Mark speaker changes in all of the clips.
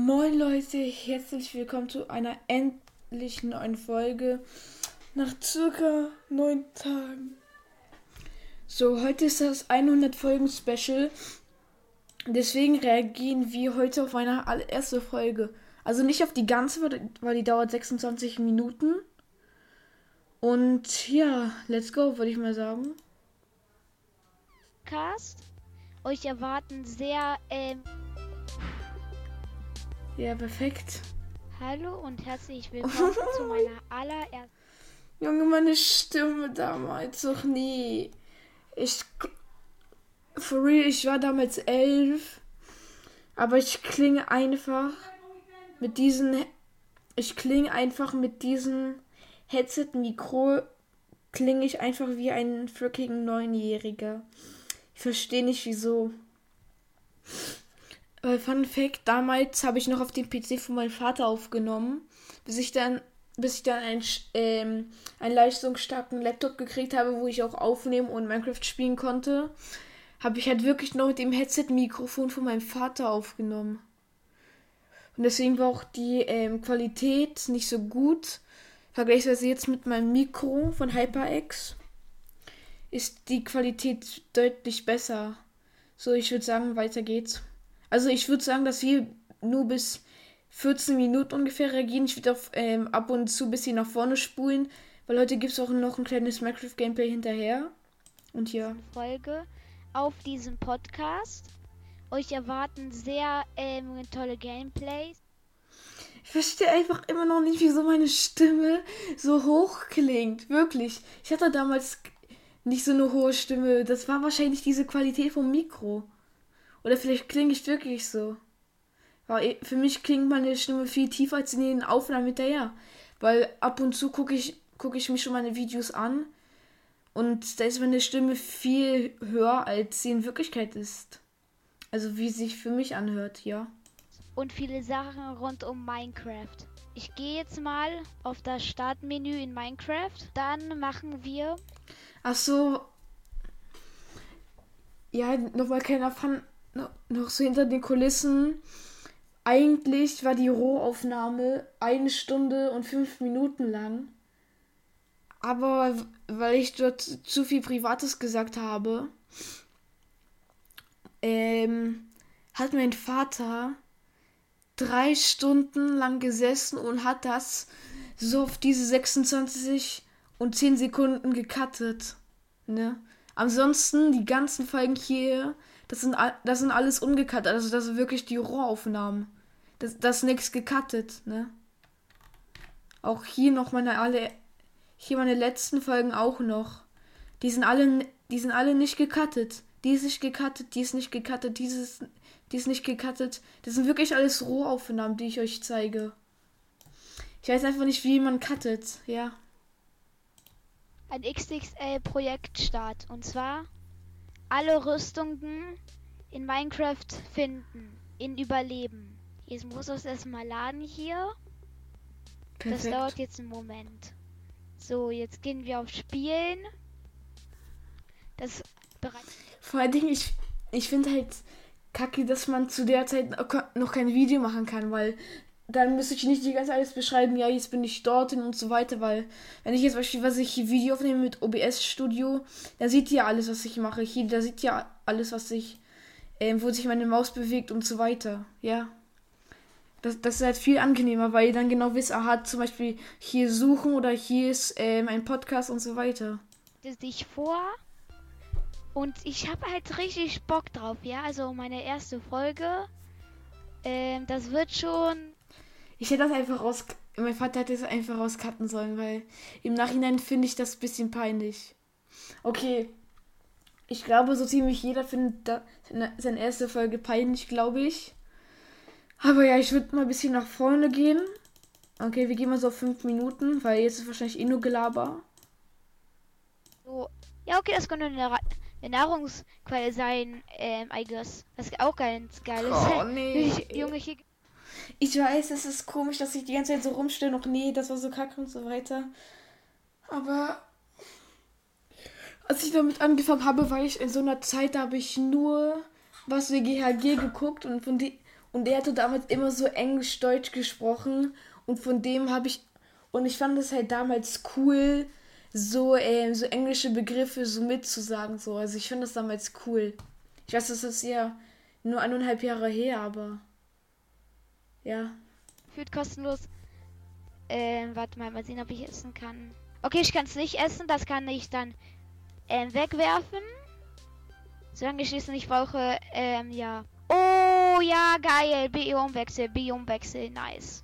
Speaker 1: Moin Leute, herzlich willkommen zu einer endlich neuen Folge nach circa 9 Tagen. So, heute ist das 100 Folgen Special, deswegen reagieren wir heute auf meine allererste Folge. Also nicht auf die ganze, weil die dauert 26 Minuten. Und ja, let's go, würde ich mal sagen.
Speaker 2: Euch erwarten sehr,
Speaker 1: Ja, perfekt.
Speaker 2: hallo und herzlich willkommen zu meiner allerersten...
Speaker 1: Junge, meine Stimme damals doch nie. For real, ich war damals 11. Aber ich klinge einfach mit diesem Headset-Mikro klinge ich einfach wie ein freaking 9-Jähriger. Ich verstehe nicht wieso. Fun Fact, damals habe ich noch auf dem PC von meinem Vater aufgenommen, bis ich dann einen leistungsstarken Laptop gekriegt habe, wo ich auch aufnehmen und Minecraft spielen konnte, habe ich halt wirklich noch mit dem Headset-Mikrofon von meinem Vater aufgenommen. Und deswegen war auch die Qualität nicht so gut. Vergleichsweise jetzt mit meinem Mikro von HyperX ist die Qualität deutlich besser. So, ich würde sagen, weiter geht's. Also ich würde sagen, dass wir nur bis 14 Minuten ungefähr reagieren. Ich würde auf ab und zu ein bisschen nach vorne spulen, weil heute gibt es auch noch ein kleines Minecraft-Gameplay hinterher. Und ja.
Speaker 2: Folge auf diesem Podcast. Euch erwarten sehr tolle Gameplays.
Speaker 1: Ich verstehe einfach immer noch nicht, wieso meine Stimme so hoch klingt. Wirklich. Ich hatte damals nicht so eine hohe Stimme. Das war wahrscheinlich diese Qualität vom Mikro. Oder vielleicht klinge ich wirklich so. Weil für mich klingt meine Stimme viel tiefer als in den Aufnahmen hinterher. Weil ab und zu gucke ich mir schon meine Videos an. Und da ist meine Stimme viel höher, als sie in Wirklichkeit ist. Also wie sie sich für mich anhört, ja.
Speaker 2: Und viele Sachen rund um Minecraft. Ich gehe jetzt mal auf das Startmenü in Minecraft. Dann machen wir...
Speaker 1: Ach so. Ja, nochmal kleiner Fun. Noch so hinter den Kulissen. Eigentlich war die Rohaufnahme 1 Stunde und 5 Minuten lang. Aber weil ich dort zu viel Privates gesagt habe, hat mein Vater 3 Stunden lang gesessen und hat das so auf diese 26 und 10 Sekunden gecuttet. Ne? Ansonsten, die ganzen Folgen hier, das sind alles ungecuttet. Also das sind wirklich die Rohaufnahmen. Das ist nichts gecuttet, ne? Auch hier noch meine letzten Folgen auch noch. Die sind alle nicht gecuttet. Die ist nicht gecuttet, die ist nicht gecuttet, die ist nicht gecuttet. Das sind wirklich alles Rohaufnahmen, die ich euch zeige. Ich weiß einfach nicht, wie man cuttet, ja.
Speaker 2: Ein XXL-Projektstart. Und zwar alle Rüstungen in Minecraft finden. In Überleben. Jetzt muss das erstmal laden hier.
Speaker 1: Perfekt.
Speaker 2: Das dauert jetzt einen Moment. So, jetzt gehen wir auf Spielen. Das bereits.
Speaker 1: Vor allen Dingen, ich finde halt kacke, dass man zu der Zeit noch kein Video machen kann, weil dann müsste ich nicht die ganze Zeit alles beschreiben, ja, jetzt bin ich dorthin und so weiter, weil wenn ich jetzt beispielsweise hier Video aufnehme mit OBS Studio, da seht ihr alles, was ich mache. Hier, da seht ihr alles, was wo sich meine Maus bewegt und so weiter, ja. Das ist halt viel angenehmer, weil ihr dann genau wisst, aha, zum Beispiel hier suchen oder hier ist ein Podcast und so weiter.
Speaker 2: Dich vor und ich habe halt richtig Bock drauf, ja, also meine erste Folge, das wird schon...
Speaker 1: Ich hätte das einfach mein Vater hätte es einfach rauscutten sollen, weil im Nachhinein finde ich das ein bisschen peinlich. Okay, ich glaube, so ziemlich jeder findet seine erste Folge peinlich, glaube ich. Aber ja, ich würde mal ein bisschen nach vorne gehen. Okay, wir gehen mal so auf 5 Minuten, weil jetzt ist wahrscheinlich nur Gelaber.
Speaker 2: So, ja, okay, das könnte eine Nahrungsquelle sein, I guess. Das ist auch ganz geil ist.
Speaker 1: Oh, nee.
Speaker 2: Junge, hier...
Speaker 1: Ich weiß, es ist komisch, dass ich die ganze Zeit so rumstelle und nee, das war so kacke und so weiter. Aber als ich damit angefangen habe, war ich in so einer Zeit, da habe ich nur was WGHG geguckt und Und der hatte damals immer so Englisch-Deutsch gesprochen. Und von dem habe ich... Und ich fand es halt damals cool, so englische Begriffe so mitzusagen. So. Also ich fand das damals cool. Ich weiß, das ist ja nur 1,5 Jahre her, aber... Ja.
Speaker 2: Fühlt kostenlos. Warte mal sehen, ob ich essen kann. Okay, ich kann es nicht essen. Das kann ich dann wegwerfen. Solange ich es nicht brauche, ja. Oh, ja, geil. Biomwechsel, nice.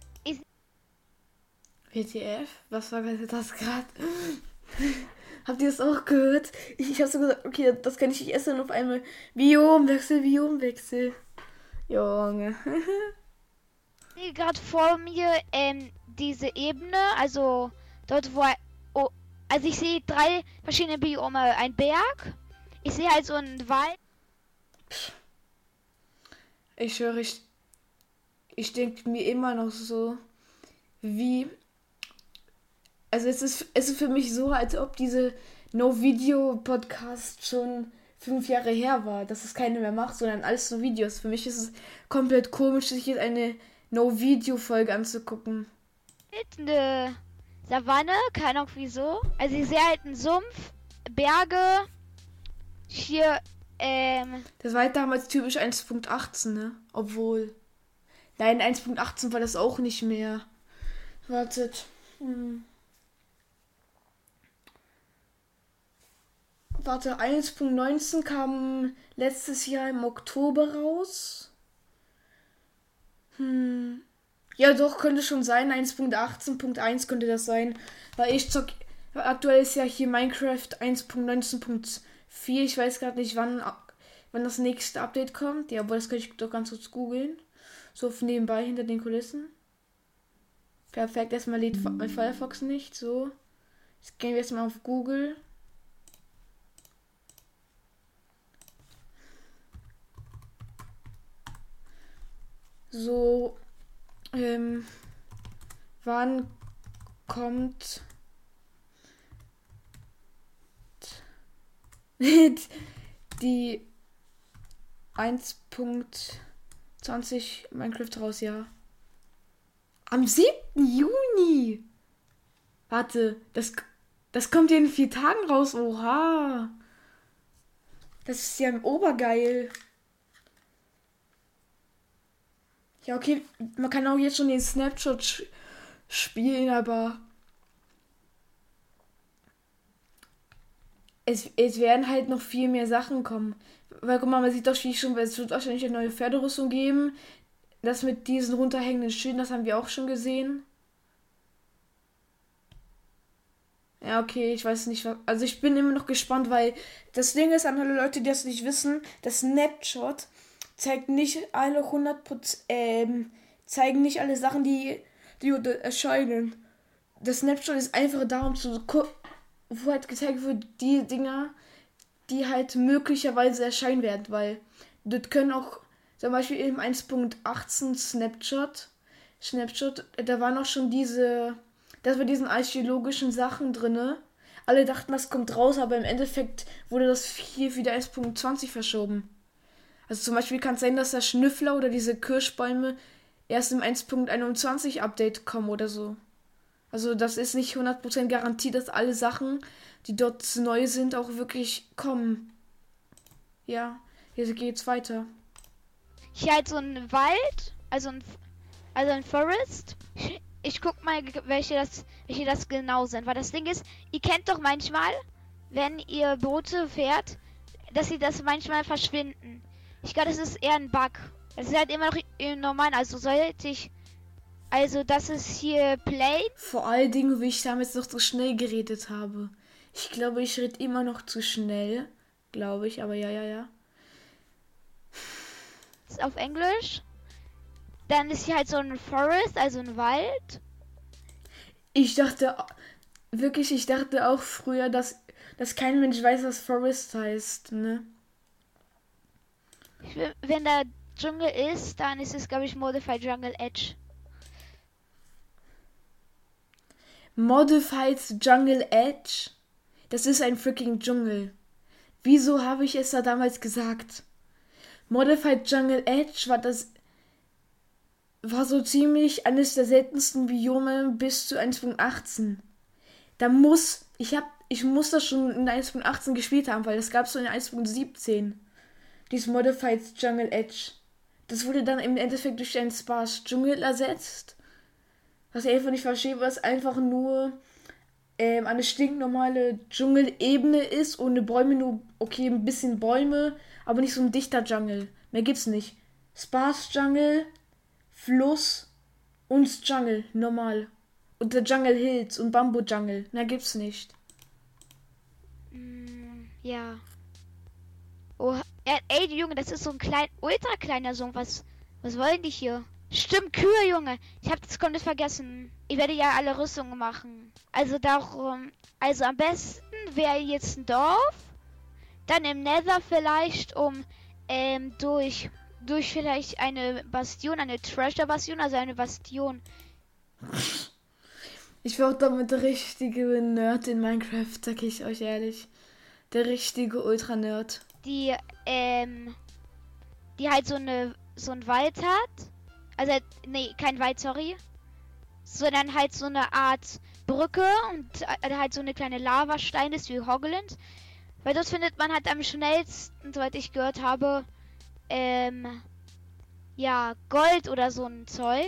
Speaker 1: WTF? Was war das gerade? Habt ihr das auch gehört? Ich habe so gesagt, okay, das kann ich nicht essen. Und auf einmal Biomwechsel. Junge.
Speaker 2: Ich sehe gerade vor mir diese Ebene, also dort, wo also ich sehe 3 verschiedene Biome. Ein Berg. Ich sehe halt so einen Wald.
Speaker 1: Ich höre, ich denke mir immer noch so, wie... Also es ist für mich so, als ob diese No-Video-Podcast schon 5 Jahre her war, dass es keine mehr macht, sondern alles so Videos. Für mich ist es komplett komisch, sich jetzt eine No-Video-Folge anzugucken.
Speaker 2: Eine Savanne, keine Ahnung wieso. Also ich sehe halt einen Sumpf, Berge, hier,
Speaker 1: Das war halt damals typisch 1.18, ne? Obwohl... Nein, 1.18 war das auch nicht mehr. Wartet. Warte, 1.19 kam letztes Jahr im Oktober raus. Ja, doch, könnte schon sein. 1.18.1 könnte das sein. Weil aktuell ist ja hier Minecraft 1.19.4. Ich weiß gerade nicht, wann das nächste Update kommt. Ja, aber das kann ich doch ganz kurz googeln. So nebenbei hinter den Kulissen. Perfekt, erstmal lädt mein Firefox nicht. So. Jetzt gehen wir erstmal auf Google. So, wann kommt die 1.20 Minecraft raus, ja. Am 7. Juni. Warte, das kommt ja in 4 Tagen raus. Oha. Das ist ja obergeil. Ja, okay, man kann auch jetzt schon den Snapshot spielen, aber es werden halt noch viel mehr Sachen kommen. Weil, guck mal, man sieht doch schon, es wird wahrscheinlich eine neue Pferderüstung geben. Das mit diesen runterhängenden Schilden, das haben wir auch schon gesehen. Ja, okay, ich weiß nicht, also ich bin immer noch gespannt, weil das Ding ist, an alle Leute, die das nicht wissen, das Snapshot zeigt nicht alle 100%, zeigen nicht alle Sachen, die erscheinen. Das Snapshot ist einfach da, um zu gucken, wo halt gezeigt wird, die Dinger, die halt möglicherweise erscheinen werden, weil das können auch, zum Beispiel im 1.18 Snapshot, da waren auch schon das mit diesen archäologischen Sachen drinne. Alle dachten, das kommt raus, aber im Endeffekt wurde das hier wieder 1.20 verschoben. Also zum Beispiel kann es sein, dass der Schnüffler oder diese Kirschbäume erst im 1.21 Update kommen oder so. Also das ist nicht 100% Garantie, dass alle Sachen, die dort neu sind, auch wirklich kommen. Ja, hier geht's weiter.
Speaker 2: Hier halt so ein Wald, also ein Forest. Ich guck mal, welche das genau sind. Weil das Ding ist, ihr kennt doch manchmal, wenn ihr Boote fährt, dass sie das manchmal verschwinden. Ich glaube, das ist eher ein Bug. Es ist halt immer noch normal. Also das ist hier Play.
Speaker 1: Vor allen Dingen, wie ich damals noch so schnell geredet habe. Ich glaube, ich rede immer noch zu schnell. Glaube ich, aber ja.
Speaker 2: Ist auf Englisch. Dann ist hier halt so ein Forest, also ein Wald.
Speaker 1: Ich dachte auch früher, dass kein Mensch weiß, was Forest heißt, ne?
Speaker 2: Wenn da Dschungel ist, dann ist es, glaube ich, Modified Jungle Edge.
Speaker 1: Modified Jungle Edge? Das ist ein freaking Dschungel. Wieso habe ich es da damals gesagt? Modified Jungle Edge war das... war so ziemlich eines der seltensten Biome bis zu 1.18. Ich muss das schon in 1.18 gespielt haben, weil das gab es so in 1.17. Dieses Modified Jungle Edge. Das wurde dann im Endeffekt durch einen Sparse Dschungel ersetzt. Was ich einfach nicht verstehe, was einfach nur eine stinknormale Dschungelebene ist, ohne Bäume, nur, okay, ein bisschen Bäume, aber nicht so ein dichter Jungle. Mehr gibt's nicht. Sparse Jungle, Fluss und Jungle, normal. Und der Jungle Hills und Bamboo Jungle. Mehr gibt's nicht.
Speaker 2: Ja. Oh, ey, Junge, das ist so ein ultra kleiner Sohn. Was wollen die hier? Stimmt, Kühe, Junge. Ich hab das komplett vergessen. Ich werde ja alle Rüstungen machen. Also darum, am besten wäre jetzt ein Dorf. Dann im Nether vielleicht, durch vielleicht eine Bastion, eine Treasure-Bastion, also eine Bastion.
Speaker 1: Ich war auch damit der richtige Nerd in Minecraft, sag ich euch ehrlich. Der richtige Ultra-Nerd.
Speaker 2: Die halt so ein Wald hat. Also, nee, kein Wald, sorry. Sondern halt so eine Art Brücke und halt so eine kleine Lavastein ist wie Hogland. Weil das findet man halt am schnellsten, soweit ich gehört habe, Gold oder so ein Zeug.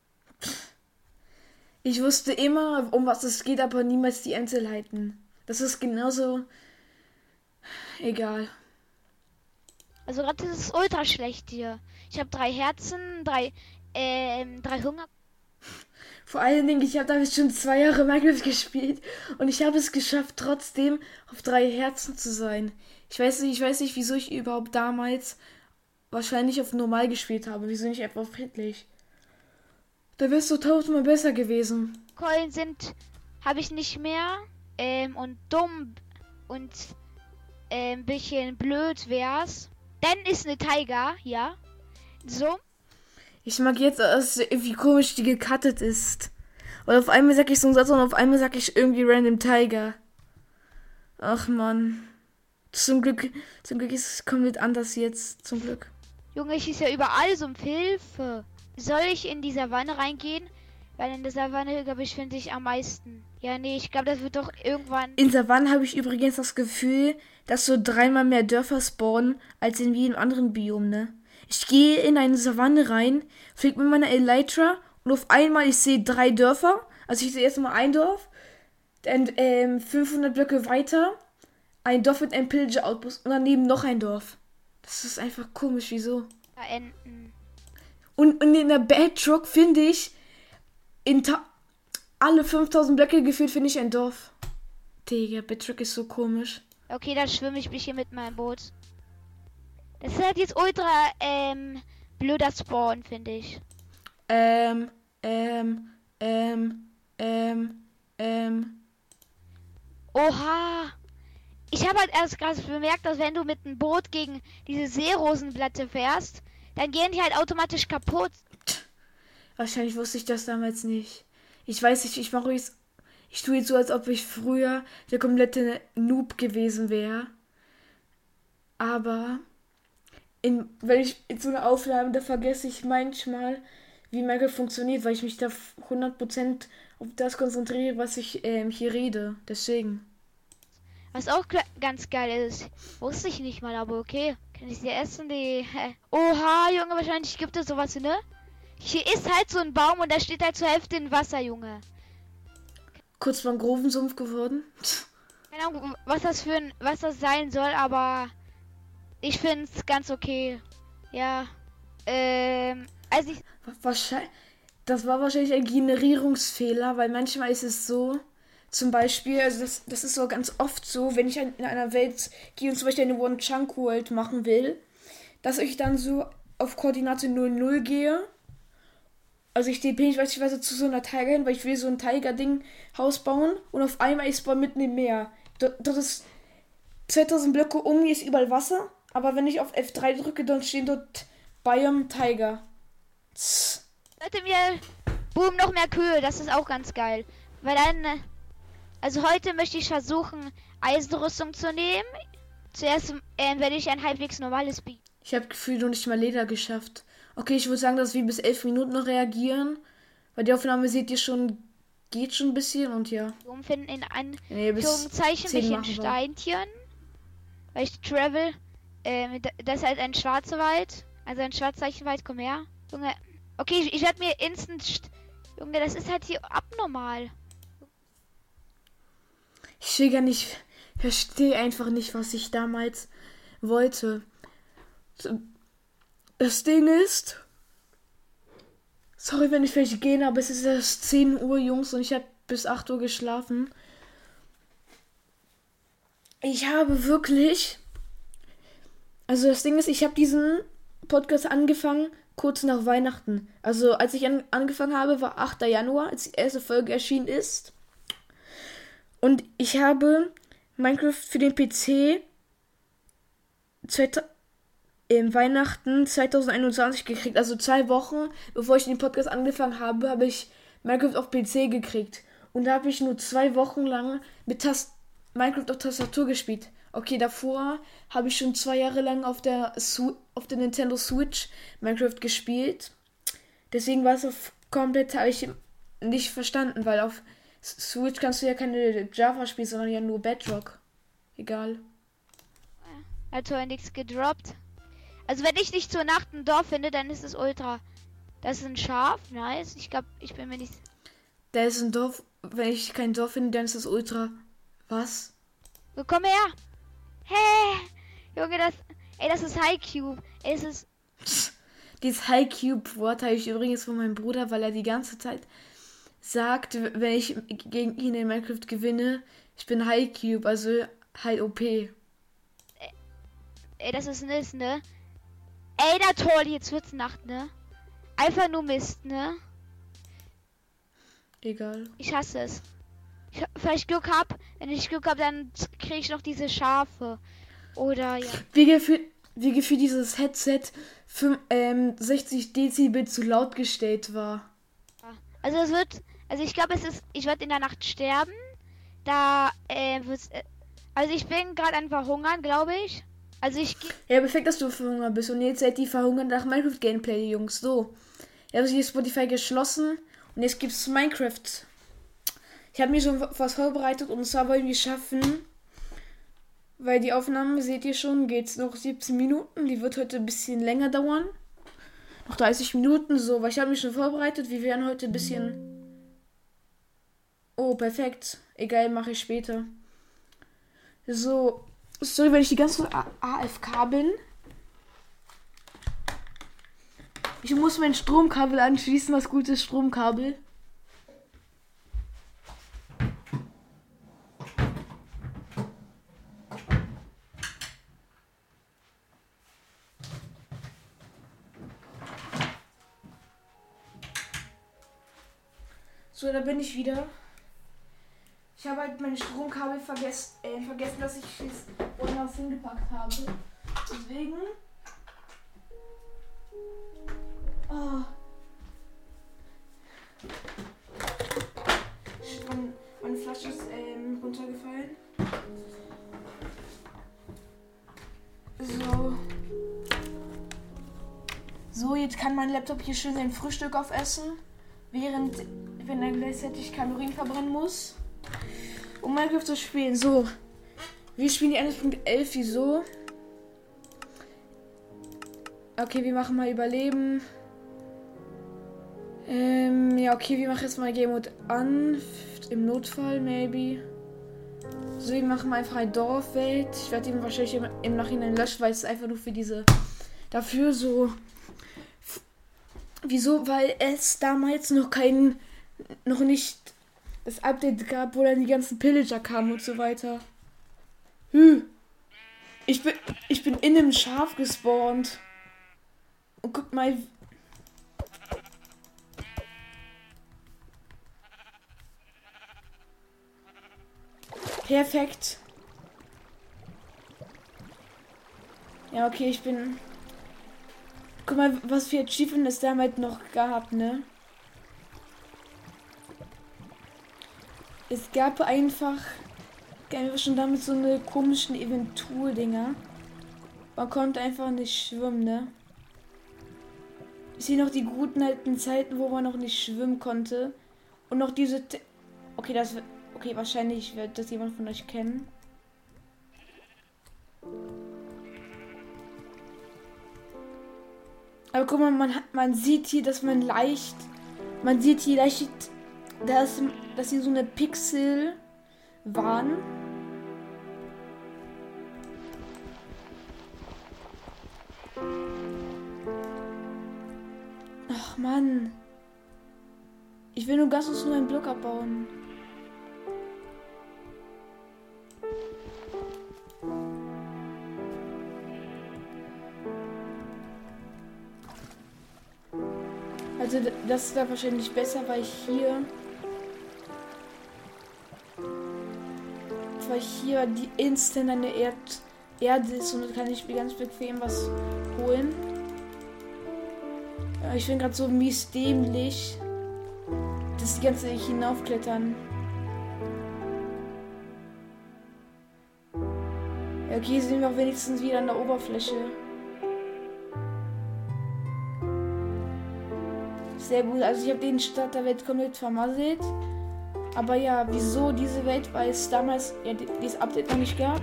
Speaker 1: Ich wusste immer, um was es geht, aber niemals die Einzelheiten. Das ist genauso egal.
Speaker 2: Also gerade ist es ultra schlecht hier. Ich habe 3 Herzen, 3 Hunger.
Speaker 1: Vor allen Dingen, ich habe damit schon 2 Jahre Minecraft gespielt und ich habe es geschafft, trotzdem auf 3 Herzen zu sein. Ich weiß nicht, wieso ich überhaupt damals wahrscheinlich auf normal gespielt habe. Wieso nicht einfach auf friedlich? Da wärst du 1000-mal besser gewesen.
Speaker 2: Keulen habe ich nicht mehr. Und dumm und ein bisschen blöd wär's. Dann ist eine Tiger, ja. So.
Speaker 1: Ich mag jetzt, wie komisch die gecuttet ist. Und auf einmal sag ich so einen Satz und auf einmal sag ich irgendwie random Tiger. Ach man. Zum Glück ist es komplett anders jetzt. Zum Glück.
Speaker 2: Junge, ich ist ja überall so um Hilfe. Soll ich in die Savanne reingehen? Weil in der Savanne, glaube ich, finde ich am meisten. Ja, nee, ich glaube, das wird doch irgendwann...
Speaker 1: In Savanne habe ich übrigens das Gefühl, dass so 3-mal mehr Dörfer spawnen, als in jedem anderen Biom, ne? Ich gehe in eine Savanne rein, fliege mit meiner Elytra und auf einmal, ich sehe 3 Dörfer. Also ich sehe erstmal ein Dorf, dann 500 Blöcke weiter, ein Dorf mit einem Pillager-Outpost und daneben noch ein Dorf. Das ist einfach komisch, wieso?
Speaker 2: Da enden.
Speaker 1: Und in der Bedrock finde ich alle 5000 Blöcke gefühlt finde ich ein Dorf. Digga, Bedrock ist so komisch.
Speaker 2: Okay, dann schwimme ich mich hier mit meinem Boot. Das ist halt jetzt ultra, blöder Spawn, finde ich. Oha! Ich habe halt erst gerade bemerkt, dass wenn du mit einem Boot gegen diese Seerosenblätter fährst, dann gehen die halt automatisch kaputt.
Speaker 1: Wahrscheinlich wusste ich das damals nicht. Ich weiß nicht, ich tue jetzt so, als ob ich früher der komplette Noob gewesen wäre. Aber wenn ich in so einer Aufnahme, da vergesse ich manchmal, wie Minecraft funktioniert, weil ich mich da 100% auf das konzentriere, was ich hier rede. Deswegen.
Speaker 2: Was auch ganz geil ist. Wusste ich nicht mal, aber okay. Kann ich dir essen, die... Oha, Junge, wahrscheinlich gibt es sowas, ne? Hier ist halt so ein Baum und da steht halt zur Hälfte in Wasser, Junge.
Speaker 1: Kurz mal ein Grubensumpf geworden.
Speaker 2: Keine Ahnung, was das sein soll, aber ich finde es ganz okay. Ja. Also ich...
Speaker 1: Das war wahrscheinlich ein Generierungsfehler, weil manchmal ist es so, zum Beispiel, also das ist so ganz oft so, wenn ich in einer Welt gehe und zum Beispiel eine One-Chunk-World machen will, dass ich dann so auf Koordinate 00 gehe. Also ich TP nicht beispielsweise zu so einer Tiger hin, weil ich will so ein Tiger-Ding-Haus bauen und auf einmal ich spawn mitten im Meer. Dort ist 2000 Blöcke um mir ist überall Wasser, aber wenn ich auf F3 drücke, dann stehen dort Biome Tiger.
Speaker 2: Leute, mir boom, noch mehr Kühe, das ist auch ganz geil. Weil dann, also heute möchte ich versuchen, Eisenrüstung zu nehmen. Zuerst werde ich ein halbwegs normales Bieten.
Speaker 1: Ich habe Gefühl, noch nicht mal Leder geschafft. Okay, ich würde sagen, dass wir bis 11 Minuten noch reagieren. Weil die Aufnahme seht ihr schon, geht schon ein bisschen und ja.
Speaker 2: Wir umfinden in
Speaker 1: Nee, bis
Speaker 2: Anführungszeichen
Speaker 1: 10
Speaker 2: mich in
Speaker 1: machen wir.
Speaker 2: Steintieren. Weil ich travel. Das ist halt ein schwarzer Wald. Also ein Schwarzzeichenwald. Komm her. Junge. Okay, ich werde mir instant... Junge, das ist halt hier abnormal.
Speaker 1: Ich will gar nicht, verstehe einfach nicht, was ich damals wollte. Das Ding ist, sorry, wenn ich vielleicht gehe, aber es ist erst 10 Uhr, Jungs, und ich habe bis 8 Uhr geschlafen. Ich habe wirklich, also das Ding ist, ich habe diesen Podcast angefangen kurz nach Weihnachten. Also als ich angefangen habe, war 8. Januar, als die erste Folge erschienen ist. Und ich habe Minecraft für den PC im Weihnachten 2021 gekriegt. Also 2 Wochen, bevor ich den Podcast angefangen habe, habe ich Minecraft auf PC gekriegt. Und da habe ich nur 2 Wochen lang mit Minecraft auf Tastatur gespielt. Okay, davor habe ich schon 2 Jahre lang auf der Nintendo Switch Minecraft gespielt. Deswegen war es komplett, habe ich nicht verstanden, weil auf Switch kannst du ja keine Java spielen, sondern ja nur Bedrock. Egal.
Speaker 2: Also nichts gedroppt. Also wenn ich nicht zur Nacht ein Dorf finde, dann ist es ultra. Das ist ein Schaf, nice. Ich glaube, ich bin mir nicht...
Speaker 1: Da ist ein Dorf, wenn ich kein Dorf finde, dann ist es ultra... Was?
Speaker 2: So, komm her! Hey! Junge, das ist High Cube. Es ist...
Speaker 1: Dieses High Cube Wort habe ich übrigens von meinem Bruder, weil er die ganze Zeit sagt, wenn ich gegen ihn in Minecraft gewinne, ich bin High Cube, also High OP.
Speaker 2: Ey, das ist Mist, ne? Ey, na toll, jetzt wird's Nacht, ne? Einfach nur Mist, ne?
Speaker 1: Egal.
Speaker 2: Ich hasse es. Vielleicht Glück hab. Wenn ich Glück hab, dann kriege ich noch diese Schafe. Oder ja.
Speaker 1: Wie gefühlt dieses Headset 60 Dezibel zu laut gestellt war.
Speaker 2: Also es wird. Also ich glaube, ich werde in der Nacht sterben. Da also ich bin gerade am Verhungern, glaube ich. Also
Speaker 1: ja, perfekt, dass du verhungert bist. Und jetzt seid ihr verhungert nach Minecraft Gameplay, Jungs. So. Ich habe hier Spotify geschlossen. Und jetzt gibt's Minecraft. Ich habe mir schon was vorbereitet. Und zwar wollen wir schaffen. Weil die Aufnahme, seht ihr schon, geht's noch 17 Minuten. Die wird heute ein bisschen länger dauern. Noch 30 Minuten, so. Weil ich habe mich schon vorbereitet. Wir werden heute ein bisschen... Oh, perfekt. Egal, mache ich später. So. Sorry, wenn ich die ganze AFK bin. Ich muss mein Stromkabel anschließen. Was gutes Stromkabel. So, da bin ich wieder. Ich habe halt mein Stromkabel vergessen, dass ich es woanders hingepackt habe. Deswegen. Oh. Meine Flasche ist runtergefallen. So, jetzt kann mein Laptop hier schön sein Frühstück aufessen. Wenn er gleichzeitig Kalorien verbrennen muss. Um Minecraft zu spielen. So. Wir spielen die 1.11. Wieso? Okay, wir machen mal Überleben. Ja, okay, wir machen jetzt mal Game Mode an. Im Notfall, maybe. So, wir machen mal einfach eine Dorfwelt. Ich werde ihn wahrscheinlich im Nachhinein löschen, weil es einfach nur für diese... Dafür so... Wieso? Weil es damals noch nicht das Update gab, wo dann die ganzen Pillager kamen und so weiter. Ich bin in einem Schaf gespawnt. Und guck mal. Perfekt. Ja, okay, ich bin... Guck mal, was für Achievement es damals noch gab, ne? Es gab einfach schon damit so eine komischen Eventur-Dinger. Man konnte einfach nicht schwimmen, ne? Ich sehe noch die guten alten Zeiten, wo man noch nicht schwimmen konnte. Und noch diese... Okay, okay, wahrscheinlich wird das jemand von euch kennen. Aber guck mal, man sieht hier, dass man leicht... Man sieht hier leicht, dass hier so eine Pixel waren. Ach Mann. Ich will nur gaslos nur einen Block abbauen. Also das wäre wahrscheinlich besser, weil hier die instant eine Erde ist und dann kann ich mir ganz bequem was holen. Ja, ich bin gerade so mies dämlich, dass die ganze Zeit hinaufklettern. Ja, okay, sind wir auch wenigstens wieder an der Oberfläche. Sehr gut, also ich habe den Start der Welt komplett vermasselt. Aber ja, wieso diese Welt? Weil es damals ja dieses Update noch nicht gab.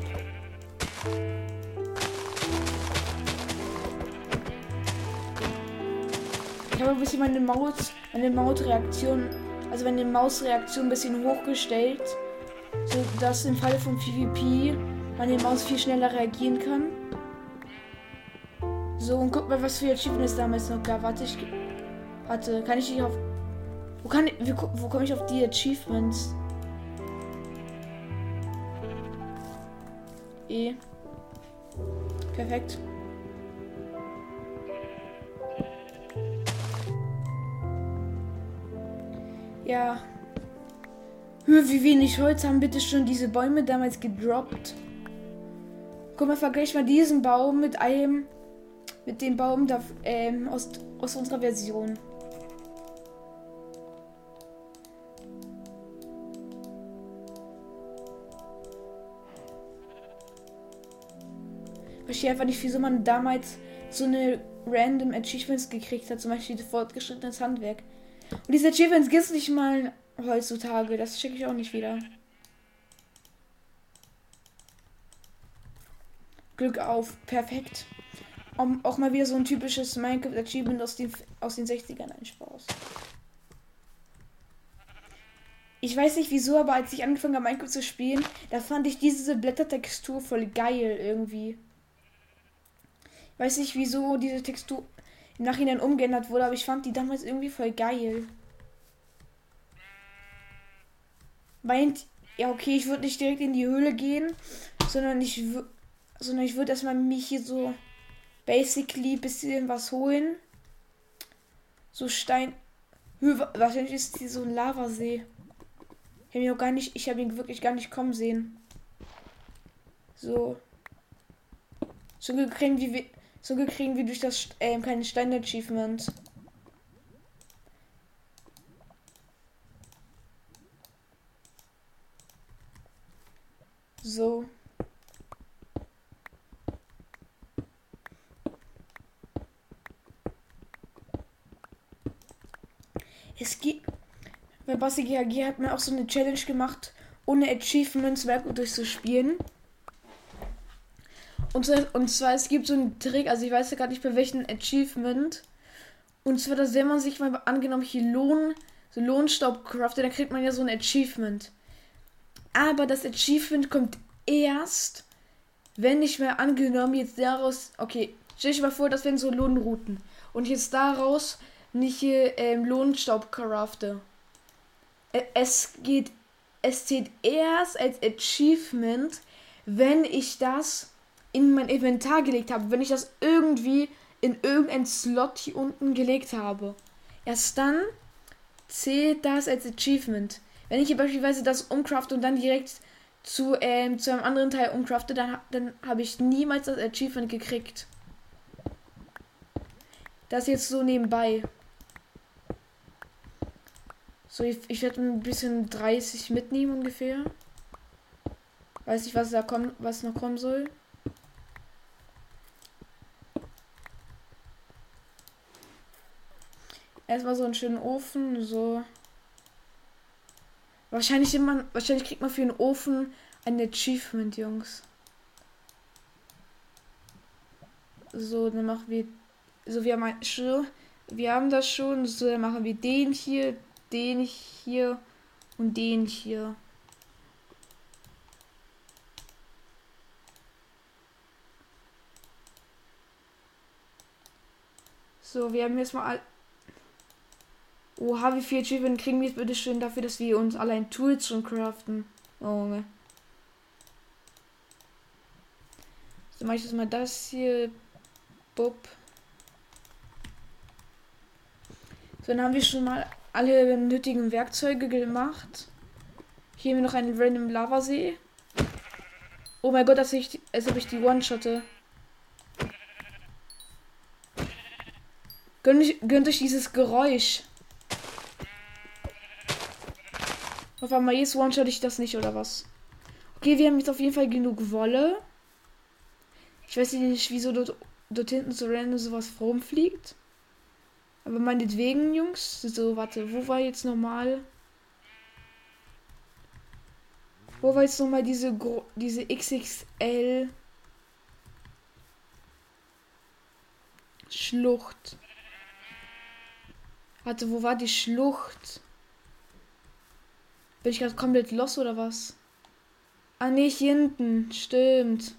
Speaker 1: Ich habe ein bisschen meine Mausreaktion ein bisschen hochgestellt, so dass im Falle von PvP meine Maus viel schneller reagieren kann. So, und guck mal, was für Achievements damals noch gab. Warte, kann ich nicht auf... Wo komme ich auf die Achievements? Perfekt. Ja. Wie wenig Holz haben bitte schon diese Bäume damals gedroppt? Guck mal, vergleich mal diesen Baum mit dem Baum da, aus unserer Version. Ich verstehe einfach nicht, wieso man damals so eine random Achievements gekriegt hat, zum Beispiel fortgeschrittenes Handwerk. Und diese Achievements gibt es nicht mal heutzutage, das schicke ich auch nicht wieder. Glück auf, perfekt. Auch mal wieder so ein typisches Minecraft-Achievement aus den 60ern, ein Spaß. Ich weiß nicht wieso, aber als ich angefangen habe Minecraft zu spielen, da fand ich diese Blättertextur voll geil irgendwie. Ich weiß nicht wieso diese Textur im Nachhinein umgeändert wurde, aber ich fand die damals irgendwie voll geil. Ja okay, ich würde nicht direkt in die Höhle gehen, sondern ich würde erstmal mich hier so basically ein bisschen was holen. So Stein. Wahrscheinlich ist hier so ein Lavasee. Ich habe ihn wirklich gar nicht kommen sehen. So gekriegt wie durch das keine Stein-Achievement. So. Es gibt... Bei Basti GHG hat man auch so eine Challenge gemacht, ohne Achievements Werke durchzuspielen. Und zwar, es gibt so einen Trick, also ich weiß ja gar nicht bei welchem Achievement. Und zwar, dass wenn man sich mal angenommen hier Lohnstaub craftet, dann kriegt man ja so ein Achievement. Aber das Achievement kommt erst, wenn ich mal angenommen jetzt daraus... Okay, stell dich mal vor, das wären so Lohnrouten. Und jetzt daraus nicht Lohnstaub crafte. Es zählt erst als Achievement, wenn ich das in mein Inventar gelegt habe, wenn ich das irgendwie in irgendein Slot hier unten gelegt habe. Erst dann zählt das als Achievement. Wenn ich hier beispielsweise das umcrafte und dann direkt zu einem anderen Teil umcrafte, dann habe ich niemals das Achievement gekriegt. Das jetzt so nebenbei. So, ich werde ein bisschen 30 mitnehmen ungefähr. Weiß nicht, was noch kommen soll. erstmal so einen schönen Ofen. So. Wahrscheinlich kriegt man für einen Ofen ein Achievement, Jungs. So, dann machen wir. So, wir haben das schon. So, dann machen wir den hier und den hier. So, wir haben jetzt mal. Oha, wie viel Achievement kriegen wir jetzt bitte schön dafür, dass wir uns allein Tools schon craften? Oh, Junge. So, mache ich jetzt mal das hier. Bub. So, dann haben wir schon mal alle nötigen Werkzeuge gemacht. Hier haben wir noch einen random Lavasee. Oh mein Gott, als ob ich die One-shotte. Gönnt euch dieses Geräusch. Auf einmal jetzt One-shot ich das nicht, oder was? Okay, wir haben jetzt auf jeden Fall genug Wolle. Ich weiß nicht, wieso dort hinten so random sowas rumfliegt. Aber meinetwegen, Jungs. So, warte, wo war jetzt nochmal? Wo war jetzt nochmal diese XXL Schlucht? Warte, wo war die Schlucht? Bin ich gerade komplett los oder was? Ah, nee, hier hinten. Stimmt.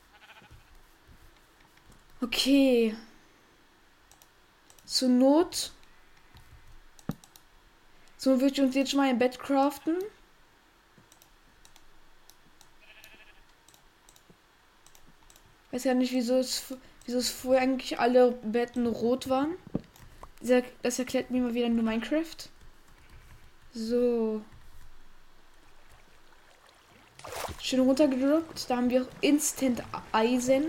Speaker 1: Okay. Zur Not. So würde ich uns jetzt schon mal ein Bett craften. Weiß ja nicht, wieso es vorher eigentlich alle Betten rot waren. Das erklärt mir mal wieder nur Minecraft. So. Schön runtergedroppt. Da haben wir auch Instant Eisen.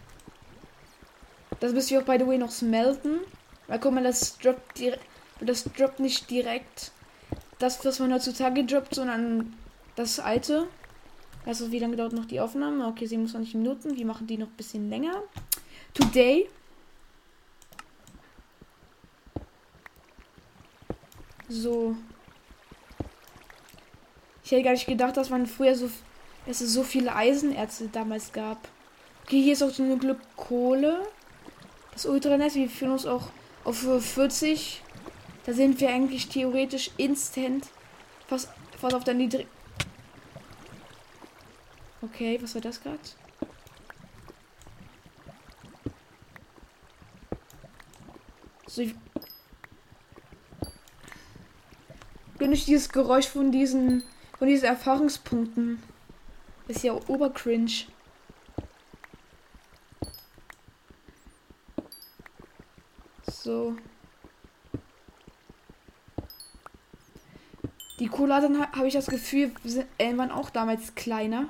Speaker 1: Das müssen wir auch by the way noch smelten. Weil guck mal, das droppt nicht direkt das, was man heutzutage droppt, sondern das alte. Also wie lange dauert noch die Aufnahme? Okay, 27 Minuten. Wir machen die noch ein bisschen länger. Today. So. Ich hätte gar nicht gedacht, dass es so viele Eisenerze damals gab. Okay, hier ist auch zum Glück Kohle. Das Ultra nice. Wir fühlen uns auch auf 40. Da sind wir eigentlich theoretisch instant fast auf der niedrigen. Okay, was war das gerade? So, bin ich dieses Geräusch von diesen Erfahrungspunkten. Ist ja obercringe. So. Die Cola, dann habe ich das Gefühl, waren auch damals kleiner.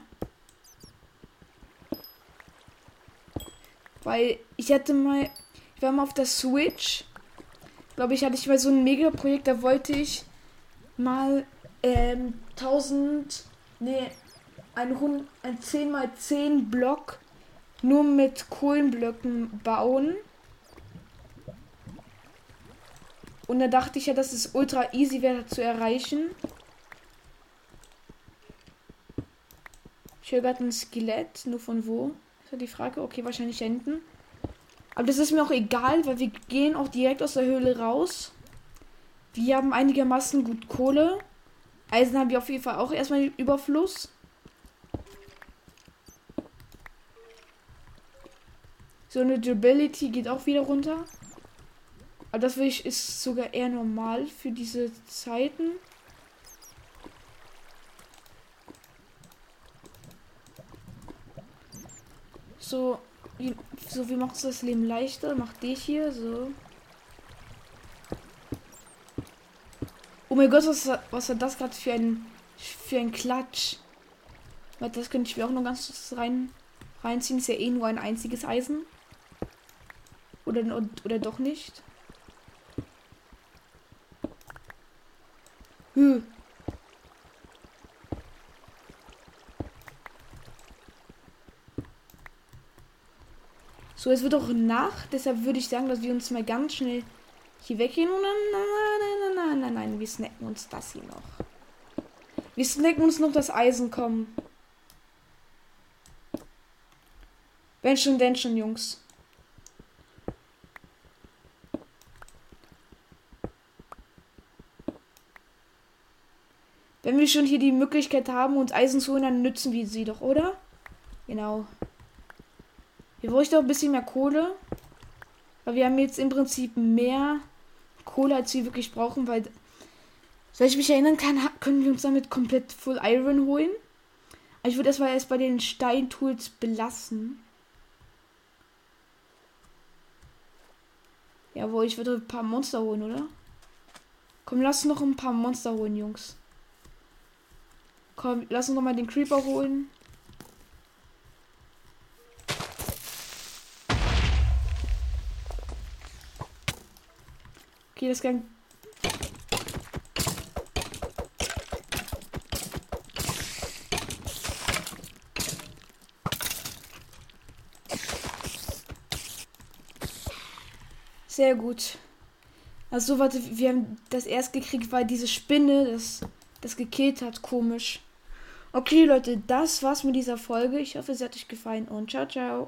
Speaker 1: Weil ich war mal auf der Switch. Glaube ich, hatte ich mal so ein Mega-Projekt, da wollte ich mal ein 10x10 Block nur mit Kohlenblöcken bauen. Und da dachte ich ja, dass es ultra easy wäre zu erreichen. Ich höre gerade ein Skelett. Nur von wo? Ist ja die Frage. Okay, wahrscheinlich hinten. Aber das ist mir auch egal, weil wir gehen auch direkt aus der Höhle raus. Wir haben einigermaßen gut Kohle. Eisen haben wir auf jeden Fall auch erstmal im Überfluss. So eine Durability geht auch wieder runter. Aber das ist sogar eher normal für diese Zeiten. So, wie macht es das Leben leichter? Macht dich hier so. Oh mein Gott, was hat das gerade für ein Klatsch? Das könnte ich mir auch noch ganz kurz reinziehen. Ist ja eh nur ein einziges Eisen. Oder doch nicht. So, es wird auch Nacht, deshalb würde ich sagen, dass wir uns mal ganz schnell hier weggehen und dann... Nein. Wir snacken uns das hier noch. Wir snacken uns noch das Eisen, komm. Wenn schon, denn schon, Jungs. Wenn wir schon hier die Möglichkeit haben, uns Eisen zu holen, dann nützen wir sie doch, oder? Genau. Wir bräuchten auch ein bisschen mehr Kohle. Weil wir haben jetzt im Prinzip mehr Kohle, als wir wirklich brauchen, weil... Soweit ich mich erinnern kann, können wir uns damit komplett Full Iron holen. Aber ich würde erst bei den Steintools belassen. Jawohl, ich würde ein paar Monster holen, oder? Komm, lass noch ein paar Monster holen, Jungs. Komm, lass uns noch mal den Creeper holen. Okay, das kann... Sehr gut. Also, warte, wir haben das erst gekriegt, weil diese Spinne das gekillt hat. Komisch. Okay, Leute, das war's mit dieser Folge. Ich hoffe, es hat euch gefallen und ciao, ciao.